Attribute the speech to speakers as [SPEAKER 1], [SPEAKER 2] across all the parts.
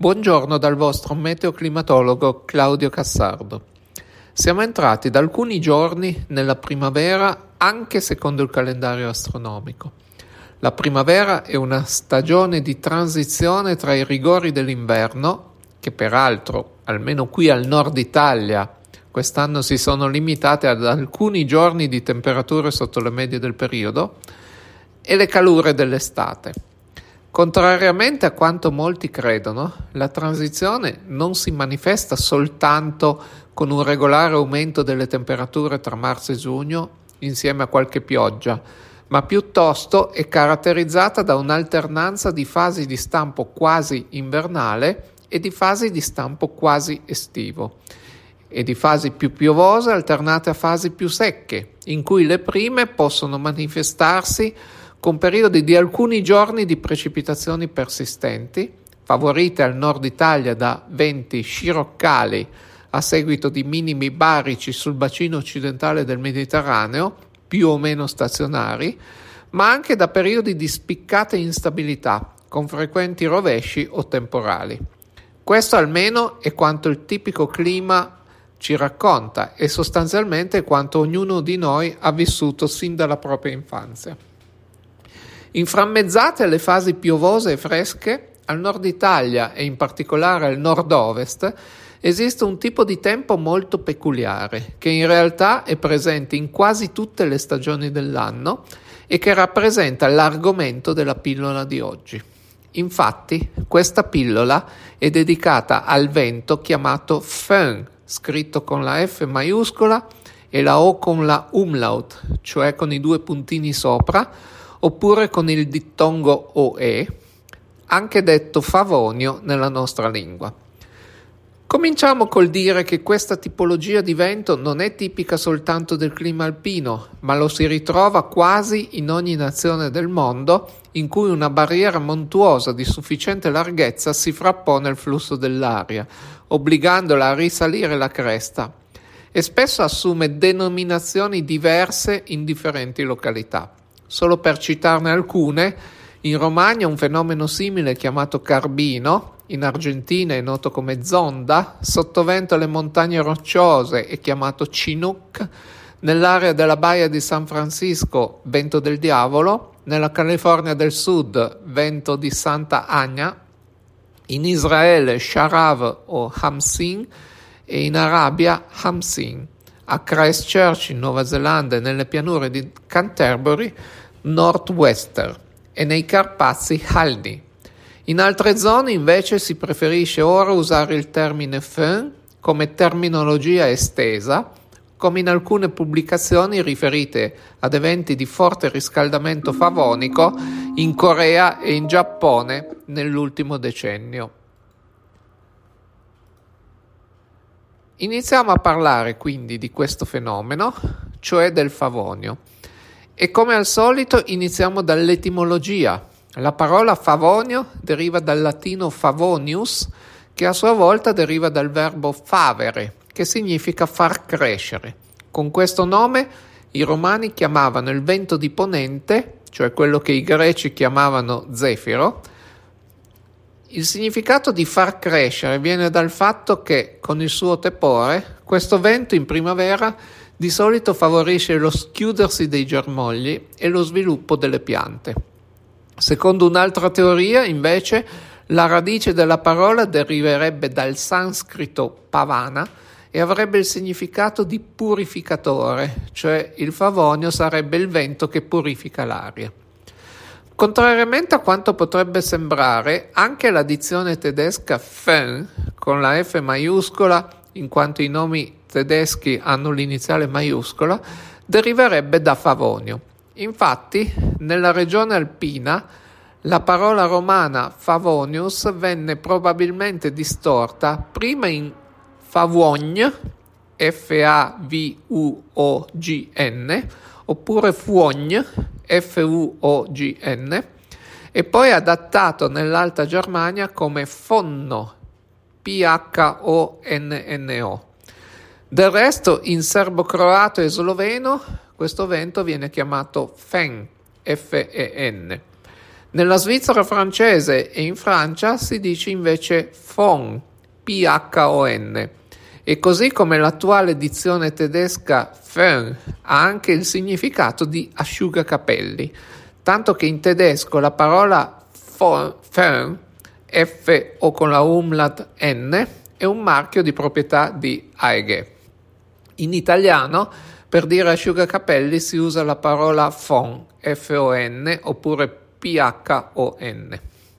[SPEAKER 1] Buongiorno dal vostro meteoclimatologo Claudio Cassardo. Siamo entrati da alcuni giorni nella primavera anche secondo il calendario astronomico. La primavera è una stagione di transizione tra i rigori dell'inverno, che peraltro, almeno qui al nord Italia, quest'anno si sono limitate ad alcuni giorni di temperature sotto le medie del periodo, e le calure dell'estate. Contrariamente a quanto molti credono, la transizione non si manifesta soltanto con un regolare aumento delle temperature tra marzo e giugno insieme a qualche pioggia, ma piuttosto è caratterizzata da un'alternanza di fasi di stampo quasi invernale e di fasi di stampo quasi estivo, e di fasi più piovose alternate a fasi più secche, in cui le prime possono manifestarsi con periodi di alcuni giorni di precipitazioni persistenti, favorite al nord Italia da venti sciroccali a seguito di minimi barici sul bacino occidentale del Mediterraneo, più o meno stazionari, ma anche da periodi di spiccata instabilità, con frequenti rovesci o temporali. Questo almeno è quanto il tipico clima ci racconta e sostanzialmente quanto ognuno di noi ha vissuto sin dalla propria infanzia. Inframmezzate le fasi piovose e fresche, al nord Italia e in particolare al nord-ovest esiste un tipo di tempo molto peculiare che in realtà è presente in quasi tutte le stagioni dell'anno e che rappresenta l'argomento della pillola di oggi. Infatti, questa pillola è dedicata al vento chiamato Föhn, scritto con la F maiuscola e la O con la umlaut, cioè con i due puntini sopra, oppure con il dittongo OE, anche detto favonio nella nostra lingua. Cominciamo col dire che questa tipologia di vento non è tipica soltanto del clima alpino, ma lo si ritrova quasi in ogni nazione del mondo in cui una barriera montuosa di sufficiente larghezza si frappone al flusso dell'aria, obbligandola a risalire la cresta, e spesso assume denominazioni diverse in differenti località. Solo per citarne alcune, in Romagna un fenomeno simile chiamato Carbino, in Argentina è noto come Zonda, sottovento alle montagne rocciose è chiamato Chinook, nell'area della Baia di San Francisco vento del diavolo, nella California del Sud vento di Santa Agna, in Israele Sharav o Hamsin e in Arabia Hamsin, a Christchurch in Nuova Zelanda e nelle pianure di Canterbury Northwester e nei Carpazi Halni. In altre zone invece si preferisce ora usare il termine Föhn come terminologia estesa, come in alcune pubblicazioni riferite ad eventi di forte riscaldamento favonico in Corea e in Giappone nell'ultimo decennio. Iniziamo a parlare quindi di questo fenomeno, cioè del favonio. E come al solito iniziamo dall'etimologia. La parola favonio deriva dal latino favonius, che a sua volta deriva dal verbo favere, che significa far crescere. Con questo nome i romani chiamavano il vento di ponente, cioè quello che i greci chiamavano zefiro. Il significato di far crescere viene dal fatto che, con il suo tepore, questo vento in primavera di solito favorisce lo schiudersi dei germogli e lo sviluppo delle piante. Secondo un'altra teoria, invece, la radice della parola deriverebbe dal sanscrito pavana e avrebbe il significato di purificatore, cioè il favonio sarebbe il vento che purifica l'aria. Contrariamente a quanto potrebbe sembrare, anche la dizione tedesca Föhn, con la F maiuscola, in quanto i nomi tedeschi hanno l'iniziale maiuscola, deriverebbe da favonio. Infatti, nella regione alpina, la parola romana favonius venne probabilmente distorta prima in favogn, F-A-V-U-O-G-N, oppure fuogn, F-U-O-G-N, e poi adattato nell'Alta Germania come fonno, P-H-O-N-N-O. Del resto, in serbo-croato e sloveno, questo vento viene chiamato fen, F-E-N. Nella Svizzera francese e in Francia si dice invece phon, Phon, e così come l'attuale dizione tedesca Föhn ha anche il significato di asciugacapelli, tanto che in tedesco la parola Föhn, F o con la umlaut N, è un marchio di proprietà di AEG. In italiano, per dire asciugacapelli si usa la parola phon, F-O-N, oppure Phon.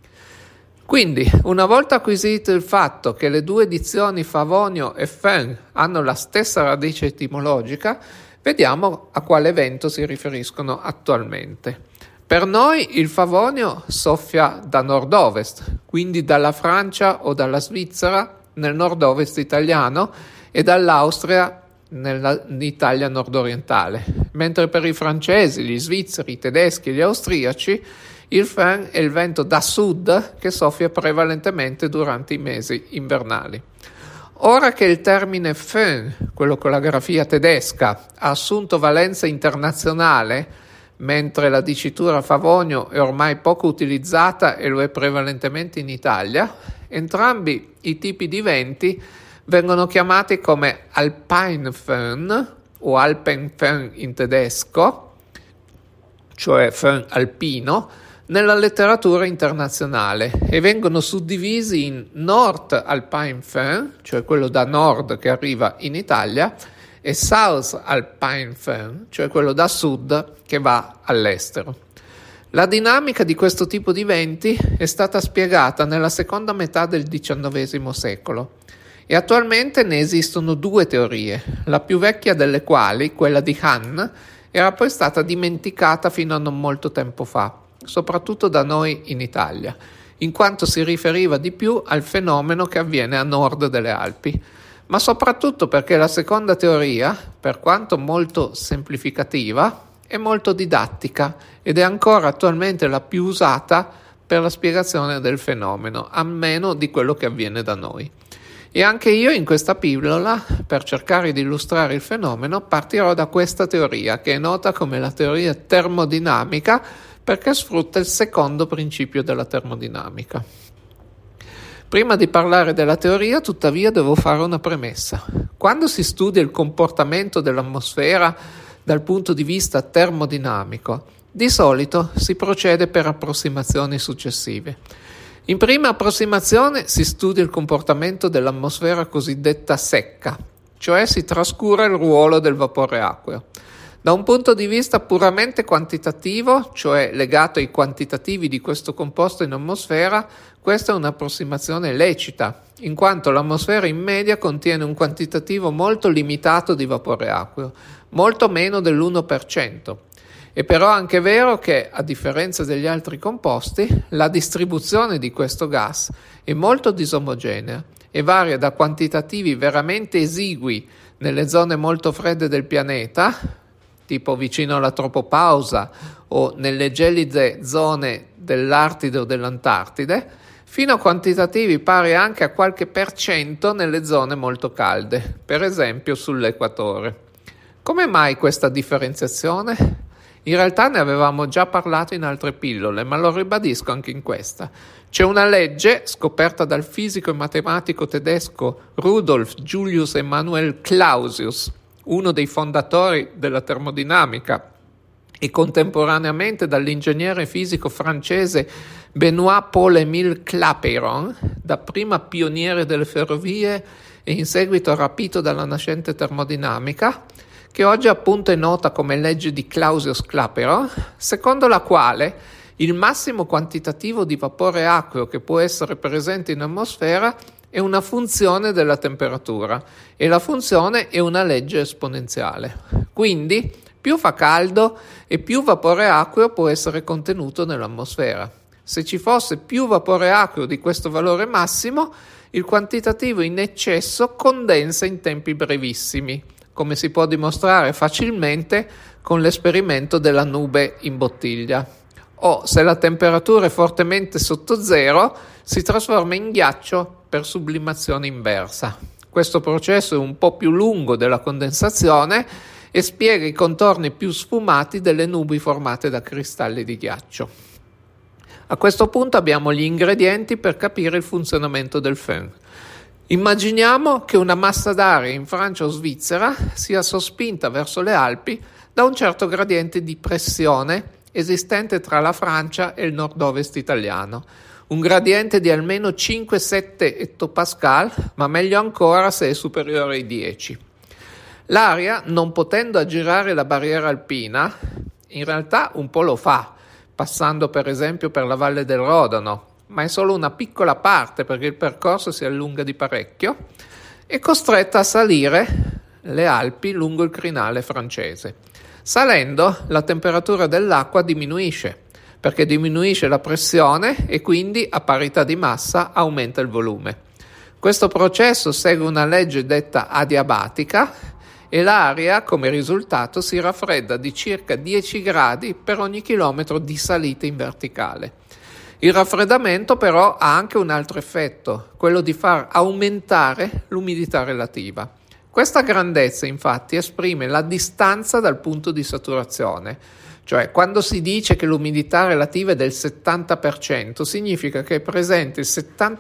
[SPEAKER 1] Quindi, una volta acquisito il fatto che le due dizioni Favonio e Föhn hanno la stessa radice etimologica, vediamo a quale evento si riferiscono attualmente. Per noi il Favonio soffia da nord-ovest, quindi dalla Francia o dalla Svizzera nel nord-ovest italiano e dall'Austria nell'Italia nord-orientale, mentre per i francesi, gli svizzeri, i tedeschi e gli austriaci il Föhn è il vento da sud che soffia prevalentemente durante i mesi invernali. Ora che il termine Föhn, quello con la grafia tedesca, ha assunto valenza internazionale, mentre la dicitura Favonio è ormai poco utilizzata e lo è prevalentemente in Italia, entrambi i tipi di venti vengono chiamati come Alpineföhn o Alpenföhn in tedesco, cioè Föhn alpino, nella letteratura internazionale e vengono suddivisi in Nord Alpineföhn, cioè quello da nord che arriva in Italia, e South Alpineföhn, cioè quello da sud che va all'estero. La dinamica di questo tipo di venti è stata spiegata nella seconda metà del XIX secolo e attualmente ne esistono due teorie, la più vecchia delle quali, quella di Hahn, era poi stata dimenticata fino a non molto tempo fa, soprattutto da noi in Italia, in quanto si riferiva di più al fenomeno che avviene a nord delle Alpi, ma soprattutto perché la seconda teoria, per quanto molto semplificativa, è molto didattica ed è ancora attualmente la più usata per la spiegazione del fenomeno, almeno di quello che avviene da noi. E anche io in questa pillola, per cercare di illustrare il fenomeno, partirò da questa teoria, che è nota come la teoria termodinamica, perché sfrutta il secondo principio della termodinamica. Prima di parlare della teoria, tuttavia, devo fare una premessa. Quando si studia il comportamento dell'atmosfera dal punto di vista termodinamico, di solito si procede per approssimazioni successive. In prima approssimazione si studia il comportamento dell'atmosfera cosiddetta secca, cioè si trascura il ruolo del vapore acqueo. Da un punto di vista puramente quantitativo, cioè legato ai quantitativi di questo composto in atmosfera, questa è un'approssimazione lecita, in quanto l'atmosfera in media contiene un quantitativo molto limitato di vapore acqueo, molto meno dell'1%. È però anche vero che, a differenza degli altri composti, la distribuzione di questo gas è molto disomogenea e varia da quantitativi veramente esigui nelle zone molto fredde del pianeta, tipo vicino alla tropopausa o nelle gelide zone dell'Artide o dell'Antartide, fino a quantitativi pari anche a qualche % nelle zone molto calde, per esempio sull'equatore. Come mai questa differenziazione? In realtà ne avevamo già parlato in altre pillole, ma lo ribadisco anche in questa. C'è una legge scoperta dal fisico e matematico tedesco Rudolf Julius Emanuel Clausius, uno dei fondatori della termodinamica, e contemporaneamente dall'ingegnere fisico francese Benoît Paul-Émile Clapeyron, dapprima pioniere delle ferrovie e in seguito rapito dalla nascente termodinamica, che oggi appunto è nota come legge di Clausius-Clapeyron, secondo la quale il massimo quantitativo di vapore acqueo che può essere presente in atmosfera è una funzione della temperatura e la funzione è una legge esponenziale. Quindi più fa caldo e più vapore acqueo può essere contenuto nell'atmosfera. Se ci fosse più vapore acqueo di questo valore massimo, il quantitativo in eccesso condensa in tempi brevissimi, come si può dimostrare facilmente con l'esperimento della nube in bottiglia. O se la temperatura è fortemente sotto zero, si trasforma in ghiaccio per sublimazione inversa. Questo processo è un po' più lungo della condensazione e spiega i contorni più sfumati delle nubi formate da cristalli di ghiaccio. A questo punto abbiamo gli ingredienti per capire il funzionamento del FEN. Immaginiamo che una massa d'aria in Francia o Svizzera sia sospinta verso le Alpi da un certo gradiente di pressione esistente tra la Francia e il nord-ovest italiano, un gradiente di almeno 5-7 ettopascal, ma meglio ancora se è superiore ai 10. L'aria, non potendo aggirare la barriera alpina, in realtà un po' lo fa, passando per esempio per la Valle del Rodano, ma è solo una piccola parte perché il percorso si allunga di parecchio, è costretta a salire le Alpi lungo il crinale francese. Salendo, la temperatura dell'acqua diminuisce, perché diminuisce la pressione e quindi a parità di massa aumenta il volume. Questo processo segue una legge detta adiabatica e l'aria, come risultato, si raffredda di circa 10 gradi per ogni chilometro di salita in verticale. Il raffreddamento però ha anche un altro effetto, quello di far aumentare l'umidità relativa. Questa grandezza infatti esprime la distanza dal punto di saturazione, cioè quando si dice che l'umidità relativa è del 70%, significa che è presente il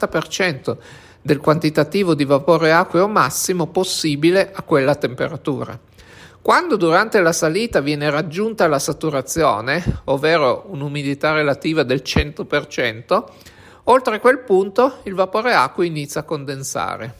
[SPEAKER 1] 70% del quantitativo di vapore acqueo massimo possibile a quella temperatura. Quando durante la salita viene raggiunta la saturazione, ovvero un'umidità relativa del 100%, oltre quel punto il vapore acqueo inizia a condensare.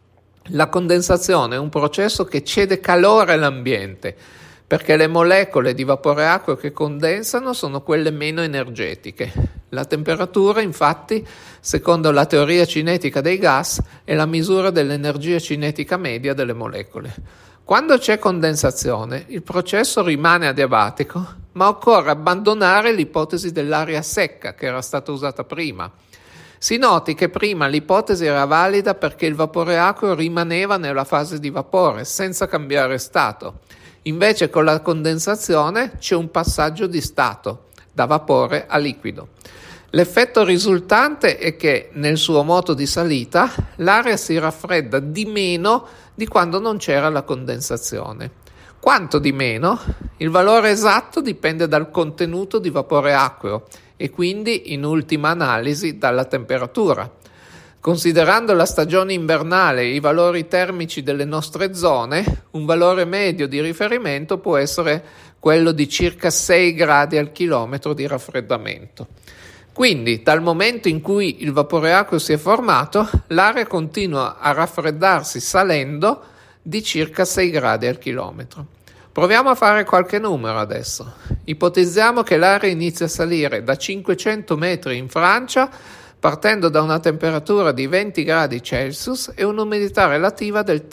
[SPEAKER 1] La condensazione è un processo che cede calore all'ambiente, perché le molecole di vapore acqueo che condensano sono quelle meno energetiche. La temperatura, infatti, secondo la teoria cinetica dei gas, è la misura dell'energia cinetica media delle molecole. Quando c'è condensazione, il processo rimane adiabatico, ma occorre abbandonare l'ipotesi dell'aria secca che era stata usata prima. Si noti che prima l'ipotesi era valida perché il vapore acqueo rimaneva nella fase di vapore, senza cambiare stato. Invece con la condensazione c'è un passaggio di stato, da vapore a liquido. L'effetto risultante è che nel suo moto di salita l'aria si raffredda di meno di quando non c'era la condensazione. Quanto di meno? Il valore esatto dipende dal contenuto di vapore acqueo e quindi in ultima analisi dalla temperatura. Considerando la stagione invernale e i valori termici delle nostre zone, un valore medio di riferimento può essere quello di circa 6 gradi al chilometro di raffreddamento. Quindi, dal momento in cui il vapore acqueo si è formato, l'aria continua a raffreddarsi salendo di circa 6 gradi al chilometro. Proviamo a fare qualche numero adesso. Ipotizziamo che l'aria inizi a salire da 500 metri in Francia, partendo da una temperatura di 20 gradi Celsius e un'umidità relativa del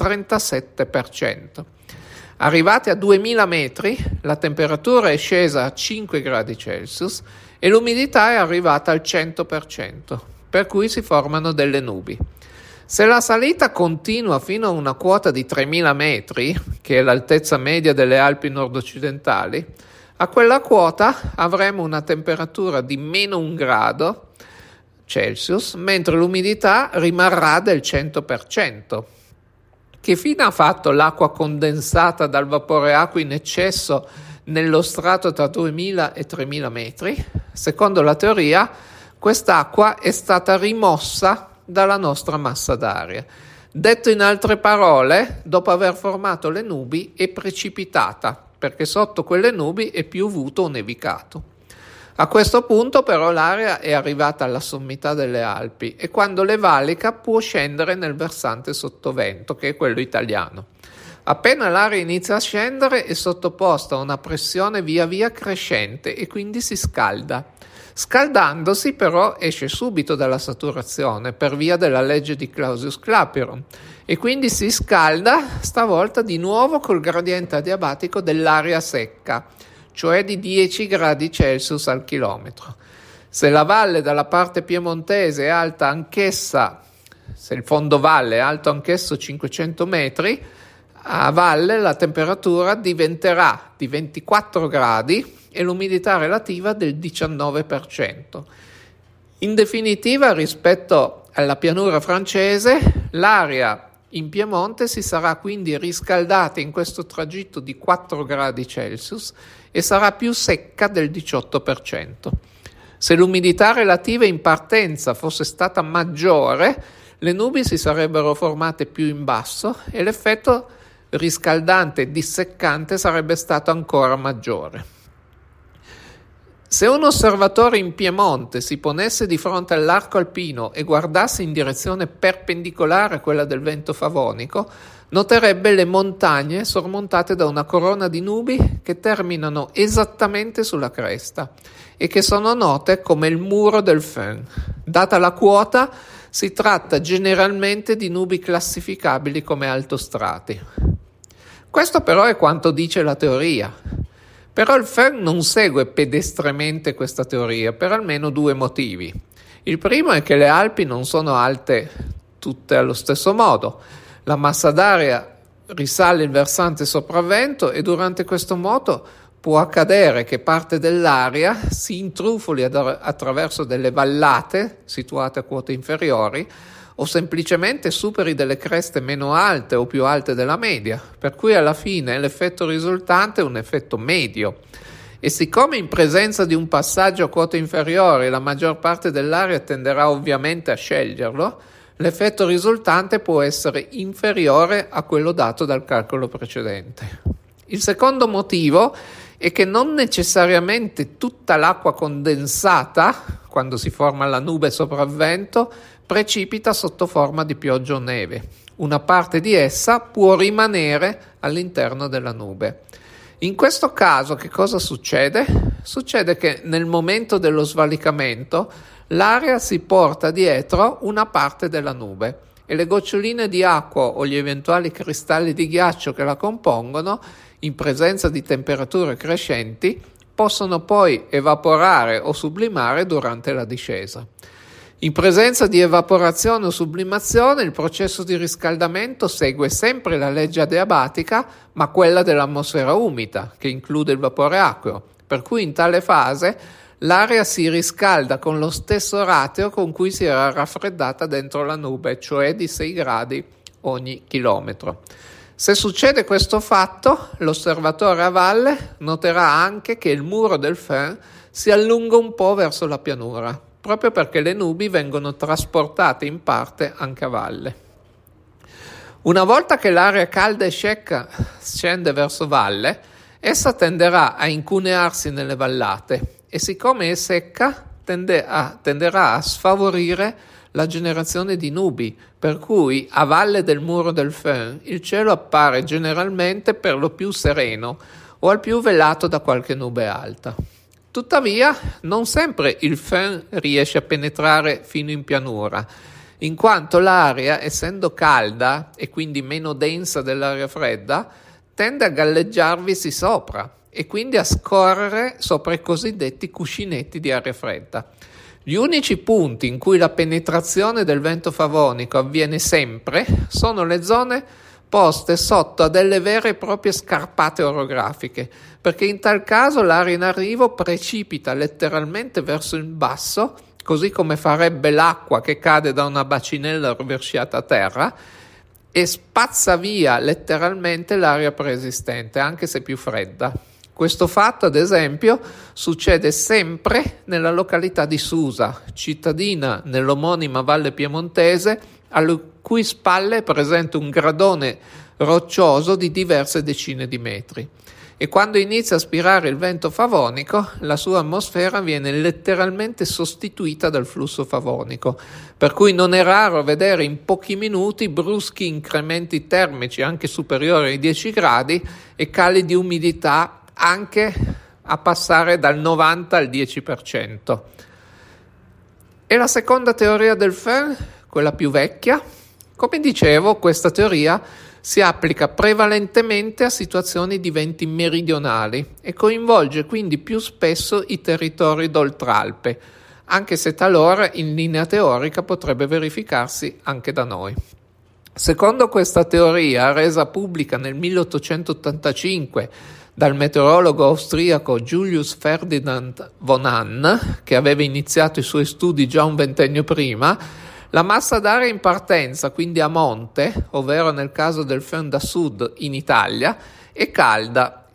[SPEAKER 1] 37%. Arrivati a 2000 metri, la temperatura è scesa a 5 gradi Celsius e l'umidità è arrivata al 100%, per cui si formano delle nubi. Se la salita continua fino a una quota di 3000 metri, che è l'altezza media delle Alpi nord-occidentali, a quella quota avremo una temperatura di meno 1 grado Celsius, mentre l'umidità rimarrà del 100%. Che fine ha fatto l'acqua condensata dal vapore acqueo in eccesso nello strato tra 2000 e 3000 metri? Secondo la teoria, quest'acqua è stata rimossa dalla nostra massa d'aria. Detto in altre parole, dopo aver formato le nubi è precipitata, perché sotto quelle nubi è piovuto o nevicato. A questo punto però l'aria è arrivata alla sommità delle Alpi e quando le valica può scendere nel versante sottovento, che è quello italiano. Appena l'aria inizia a scendere è sottoposta a una pressione via via crescente e quindi si scalda. Scaldandosi però esce subito dalla saturazione per via della legge di Clausius-Clapeyron e quindi si scalda stavolta di nuovo col gradiente adiabatico dell'aria secca, cioè di 10 gradi Celsius al chilometro. Se la valle dalla parte piemontese è alta anch'essa, se il fondovalle è alto anch'esso 500 metri, a valle la temperatura diventerà di 24 gradi e l'umidità relativa del 19%. In definitiva, rispetto alla pianura francese, l'aria in Piemonte si sarà quindi riscaldata in questo tragitto di 4 gradi Celsius e sarà più secca del 18%. Se l'umidità relativa in partenza fosse stata maggiore, le nubi si sarebbero formate più in basso e l'effetto riscaldante e disseccante sarebbe stato ancora maggiore. Se un osservatore in Piemonte si ponesse di fronte all'arco alpino e guardasse in direzione perpendicolare a quella del vento favonico, noterebbe le montagne sormontate da una corona di nubi che terminano esattamente sulla cresta e che sono note come il muro del Föhn. Data la quota, si tratta generalmente di nubi classificabili come altostrati. Questo però è quanto dice la teoria. Però il Föhn non segue pedestremente questa teoria per almeno due motivi. Il primo è che le Alpi non sono alte tutte allo stesso modo. La massa d'aria risale il versante sopravvento e durante questo moto può accadere che parte dell'aria si intrufoli attraverso delle vallate situate a quote inferiori o semplicemente superi delle creste meno alte o più alte della media, per cui alla fine l'effetto risultante è un effetto medio. E siccome in presenza di un passaggio a quote inferiori la maggior parte dell'aria tenderà ovviamente a sceglierlo, l'effetto risultante può essere inferiore a quello dato dal calcolo precedente. Il secondo motivo è che non necessariamente tutta l'acqua condensata, quando si forma la nube sopravvento, precipita sotto forma di pioggia o neve. Una parte di essa può rimanere all'interno della nube. In questo caso che cosa succede? Succede che nel momento dello svalicamento l'aria si porta dietro una parte della nube e le goccioline di acqua o gli eventuali cristalli di ghiaccio che la compongono, in presenza di temperature crescenti, possono poi evaporare o sublimare durante la discesa. In presenza di evaporazione o sublimazione, il processo di riscaldamento segue sempre la legge adiabatica, ma quella dell'atmosfera umida, che include il vapore acqueo, per cui in tale fase l'aria si riscalda con lo stesso ratio con cui si era raffreddata dentro la nube, cioè di 6 gradi ogni chilometro. Se succede questo fatto, l'osservatore a valle noterà anche che il muro del Föhn si allunga un po' verso la pianura, proprio perché le nubi vengono trasportate in parte anche a valle. Una volta che l'aria calda e secca scende verso valle, essa tenderà a incunearsi nelle vallate e siccome è secca tenderà a sfavorire la generazione di nubi, per cui a valle del muro del Föhn il cielo appare generalmente per lo più sereno o al più velato da qualche nube alta. Tuttavia, non sempre il Föhn riesce a penetrare fino in pianura, in quanto l'aria, essendo calda e quindi meno densa dell'aria fredda, tende a galleggiarvisi sopra e quindi a scorrere sopra i cosiddetti cuscinetti di aria fredda. Gli unici punti in cui la penetrazione del vento favonico avviene sempre sono le zone poste sotto a delle vere e proprie scarpate orografiche, perché in tal caso l'aria in arrivo precipita letteralmente verso il basso, così come farebbe l'acqua che cade da una bacinella rovesciata a terra, e spazza via letteralmente l'aria preesistente, anche se più fredda. Questo fatto, ad esempio, succede sempre nella località di Susa, cittadina nell'omonima Valle Piemontese, alle cui spalle è presente un gradone roccioso di diverse decine di metri. E quando inizia a spirare il vento favonico, la sua atmosfera viene letteralmente sostituita dal flusso favonico, per cui non è raro vedere in pochi minuti bruschi incrementi termici anche superiori ai 10 gradi e cali di umidità anche a passare dal 90 al 10%. E la seconda teoria del Föhn, quella più vecchia, come dicevo, questa teoria si applica prevalentemente a situazioni di venti meridionali e coinvolge quindi più spesso i territori d'Oltralpe, anche se talora in linea teorica potrebbe verificarsi anche da noi. Secondo questa teoria, resa pubblica nel 1885 dal meteorologo austriaco Julius Ferdinand von Hahn, che aveva iniziato i suoi studi già un ventennio prima, la massa d'aria in partenza, quindi a monte, ovvero nel caso del Föhn da sud in Italia, è calda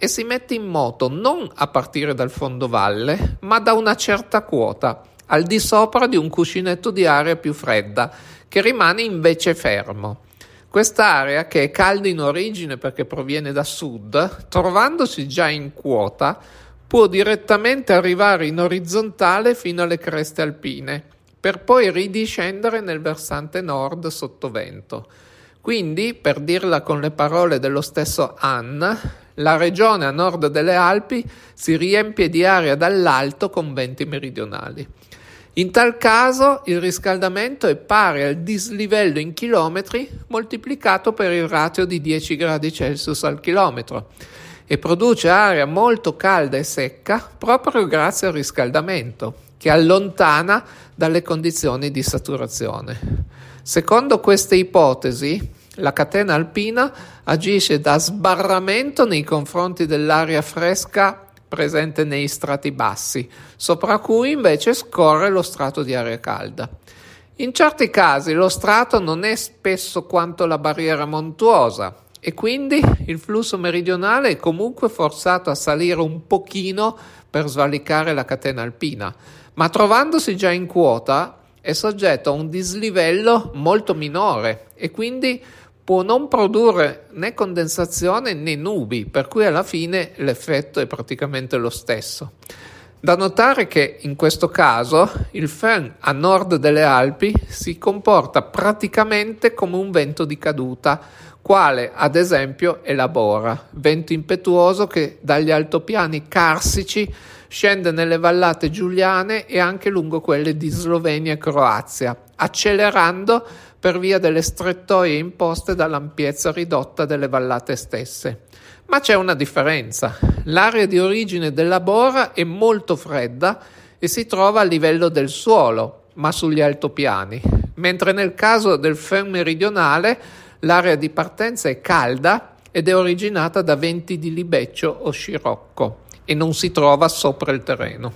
[SPEAKER 1] e si mette in moto non a partire dal fondovalle, ma da una certa quota, al di sopra di un cuscinetto di aria più fredda, che rimane invece fermo. Quest'area, che è calda in origine perché proviene da sud, trovandosi già in quota, può direttamente arrivare in orizzontale fino alle creste alpine, per poi ridiscendere nel versante nord sotto vento. Quindi, per dirla con le parole dello stesso Hahn, la regione a nord delle Alpi si riempie di aria dall'alto con venti meridionali. In tal caso il riscaldamento è pari al dislivello in chilometri moltiplicato per il ratio di 10 gradi Celsius al chilometro e produce aria molto calda e secca proprio grazie al riscaldamento, che allontana dalle condizioni di saturazione. Secondo queste ipotesi, la catena alpina agisce da sbarramento nei confronti dell'aria fresca presente nei strati bassi, sopra cui invece scorre lo strato di aria calda. In certi casi lo strato non è spesso quanto la barriera montuosa e quindi il flusso meridionale è comunque forzato a salire un pochino per svalicare la catena alpina, ma trovandosi già in quota è soggetto a un dislivello molto minore e quindi può non produrre né condensazione né nubi, per cui alla fine l'effetto è praticamente lo stesso. Da notare che in questo caso il Föhn a nord delle Alpi si comporta praticamente come un vento di caduta, quale ad esempio è la Bora, vento impetuoso che dagli altopiani carsici scende nelle vallate giuliane e anche lungo quelle di Slovenia e Croazia, accelerando per via delle strettoie imposte dall'ampiezza ridotta delle vallate stesse. Ma c'è una differenza: l'area di origine della Bora è molto fredda e si trova a livello del suolo, ma sugli altopiani, mentre nel caso del Föhn meridionale l'area di partenza è calda ed è originata da venti di libeccio o scirocco e non si trova sopra il terreno.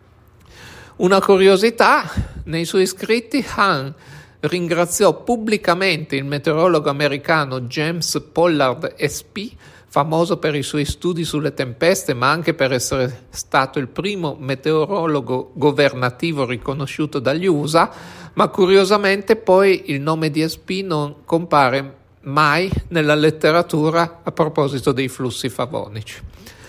[SPEAKER 1] Una curiosità: nei suoi scritti Hahn ringraziò pubblicamente il meteorologo americano James Pollard SP, famoso per i suoi studi sulle tempeste, ma anche per essere stato il primo meteorologo governativo riconosciuto dagli USA, ma curiosamente poi il nome di SP non compare mai nella letteratura a proposito dei flussi favonici.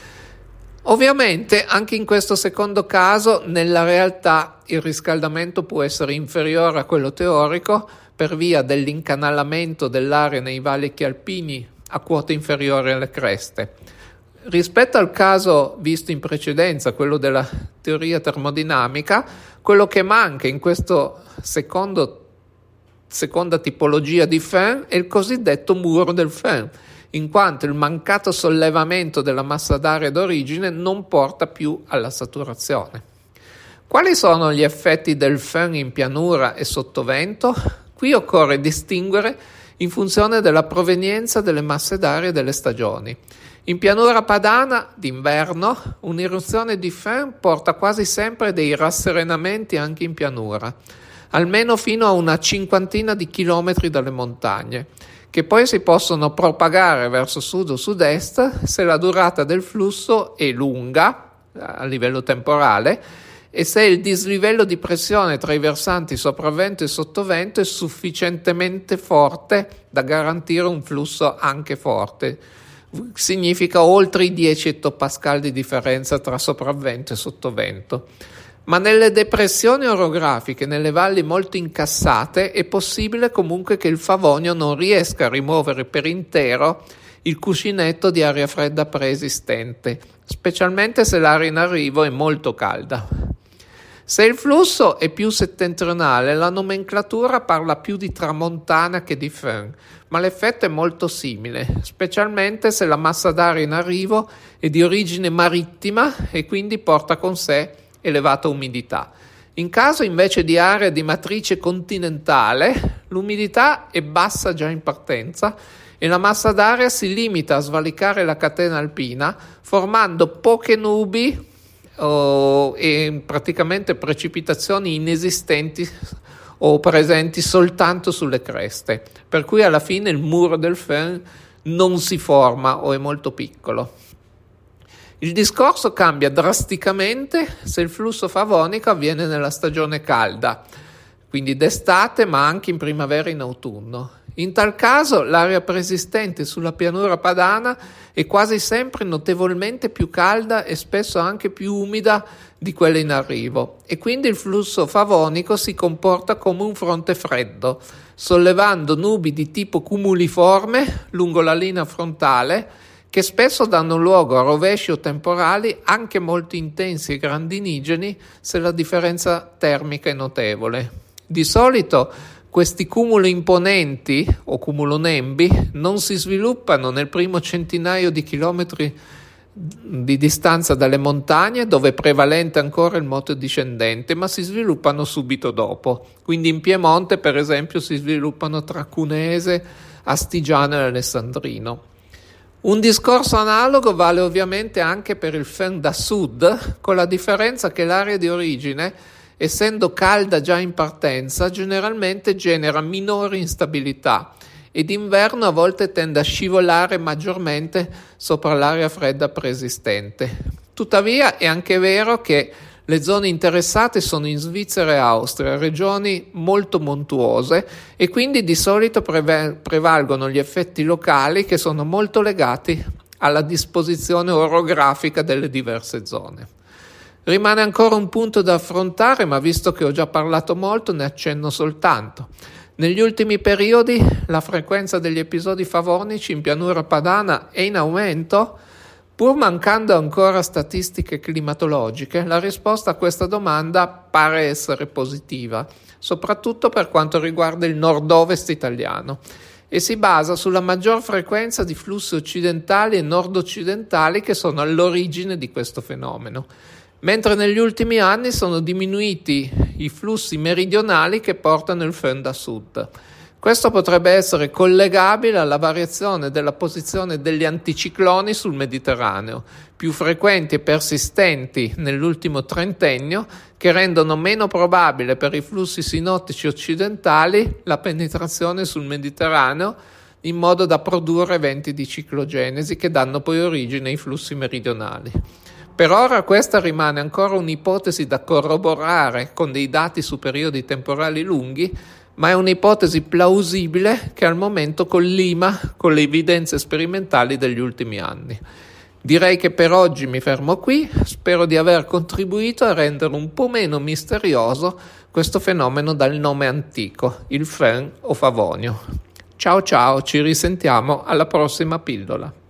[SPEAKER 1] Ovviamente anche in questo secondo caso nella realtà il riscaldamento può essere inferiore a quello teorico per via dell'incanalamento dell'aria nei valichi alpini a quote inferiori alle creste. Rispetto al caso visto in precedenza, quello della teoria termodinamica, quello che manca in questa seconda tipologia di Föhn è il cosiddetto muro del Föhn, in quanto il mancato sollevamento della massa d'aria d'origine non porta più alla saturazione. Quali sono gli effetti del Föhn in pianura e sottovento? Qui occorre distinguere in funzione della provenienza delle masse d'aria delle stagioni. In pianura padana d'inverno un'irruzione di Föhn porta quasi sempre dei rasserenamenti anche in pianura, almeno fino a una cinquantina di chilometri dalle montagne, che poi si possono propagare verso sud o sud-est se la durata del flusso è lunga a livello temporale e se il dislivello di pressione tra i versanti sopravvento e sottovento è sufficientemente forte da garantire un flusso anche forte. Significa oltre i 10 ettopascal di differenza tra sopravvento e sottovento. Ma nelle depressioni orografiche, nelle valli molto incassate, è possibile comunque che il Favonio non riesca a rimuovere per intero il cuscinetto di aria fredda preesistente, specialmente se l'aria in arrivo è molto calda. Se il flusso è più settentrionale, la nomenclatura parla più di tramontana che di Föhn, ma l'effetto è molto simile, specialmente se la massa d'aria in arrivo è di origine marittima e quindi porta con sé elevata umidità. In caso invece di area di matrice continentale, l'umidità è bassa già in partenza e la massa d'aria si limita a svalicare la catena alpina, formando poche nubi e praticamente precipitazioni inesistenti o presenti soltanto sulle creste, per cui alla fine il muro del Föhn non si forma o è molto piccolo. Il discorso cambia drasticamente se il flusso favonico avviene nella stagione calda, quindi d'estate ma anche in primavera e in autunno. In tal caso l'area preesistente sulla pianura padana è quasi sempre notevolmente più calda e spesso anche più umida di quella in arrivo e quindi il flusso favonico si comporta come un fronte freddo, sollevando nubi di tipo cumuliforme lungo la linea frontale che spesso danno luogo a rovesci o temporali anche molto intensi e grandinigeni se la differenza termica è notevole. Di solito questi cumuli imponenti o cumulonembi non si sviluppano nel primo centinaio di chilometri di distanza dalle montagne, dove è prevalente ancora il moto discendente, ma si sviluppano subito dopo. Quindi in Piemonte, per esempio, si sviluppano tra Cunese, Astigiano e Alessandrino. Un discorso analogo vale ovviamente anche per il Föhn da sud, con la differenza che l'area di origine, essendo calda già in partenza, generalmente genera minore instabilità e d'inverno a volte tende a scivolare maggiormente sopra l'area fredda preesistente. Tuttavia è anche vero che le zone interessate sono in Svizzera e Austria, regioni molto montuose e quindi di solito prevalgono gli effetti locali che sono molto legati alla disposizione orografica delle diverse zone. Rimane ancora un punto da affrontare, ma visto che ho già parlato molto ne accenno soltanto. Negli ultimi periodi la frequenza degli episodi favonici in pianura padana è in aumento. Pur mancando ancora statistiche climatologiche, la risposta a questa domanda pare essere positiva, soprattutto per quanto riguarda il nord-ovest italiano, e si basa sulla maggior frequenza di flussi occidentali e nord-occidentali che sono all'origine di questo fenomeno, mentre negli ultimi anni sono diminuiti i flussi meridionali che portano il Föhn da sud. Questo potrebbe essere collegabile alla variazione della posizione degli anticicloni sul Mediterraneo, più frequenti e persistenti nell'ultimo trentennio, che rendono meno probabile per i flussi sinottici occidentali la penetrazione sul Mediterraneo in modo da produrre eventi di ciclogenesi che danno poi origine ai flussi meridionali. Per ora questa rimane ancora un'ipotesi da corroborare con dei dati su periodi temporali lunghi, ma è un'ipotesi plausibile che al momento collima con le evidenze sperimentali degli ultimi anni. Direi che per oggi mi fermo qui, spero di aver contribuito a rendere un po' meno misterioso questo fenomeno dal nome antico, il Föhn o Favonio. Ciao ciao, ci risentiamo alla prossima pillola.